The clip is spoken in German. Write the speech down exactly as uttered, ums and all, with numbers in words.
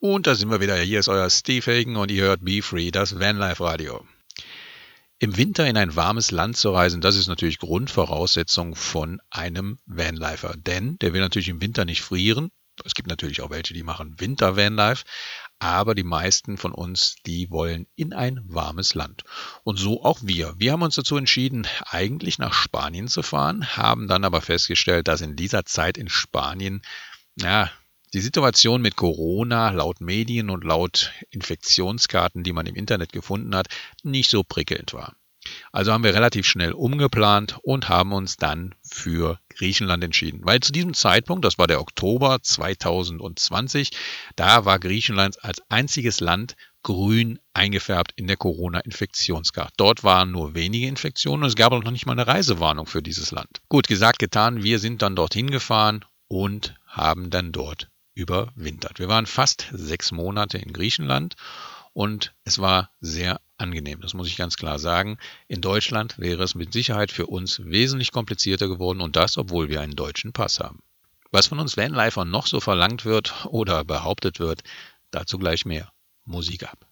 Und da sind wir wieder. Hier ist euer Steve Hagen und ihr hört Be Free, das Vanlife Radio. Im Winter in ein warmes Land zu reisen, das ist natürlich Grundvoraussetzung von einem Vanlifer. Denn der will natürlich im Winter nicht frieren. Es gibt natürlich auch welche, die machen Winter-Vanlife. Aber die meisten von uns, die wollen in ein warmes Land. Und so auch wir. Wir haben uns dazu entschieden, eigentlich nach Spanien zu fahren, haben dann aber festgestellt, dass in dieser Zeit in Spanien, ja, die Situation mit Corona laut Medien und laut Infektionskarten, die man im Internet gefunden hat, nicht so prickelnd war. Also haben wir relativ schnell umgeplant und haben uns dann für Griechenland entschieden. Weil zu diesem Zeitpunkt, das war der Oktober zweitausendzwanzig, da war Griechenland als einziges Land grün eingefärbt in der Corona-Infektionskarte. Dort waren nur wenige Infektionen und es gab auch noch nicht mal eine Reisewarnung für dieses Land. Gut, gesagt, getan, wir sind dann dorthin gefahren und haben dann dort überwintert. Wir waren fast sechs Monate in Griechenland und es war sehr angenehm, das muss ich ganz klar sagen. In Deutschland wäre es mit Sicherheit für uns wesentlich komplizierter geworden und das, obwohl wir einen deutschen Pass haben. Was von uns Vanlifern noch so verlangt wird oder behauptet wird, dazu gleich mehr. Musik ab.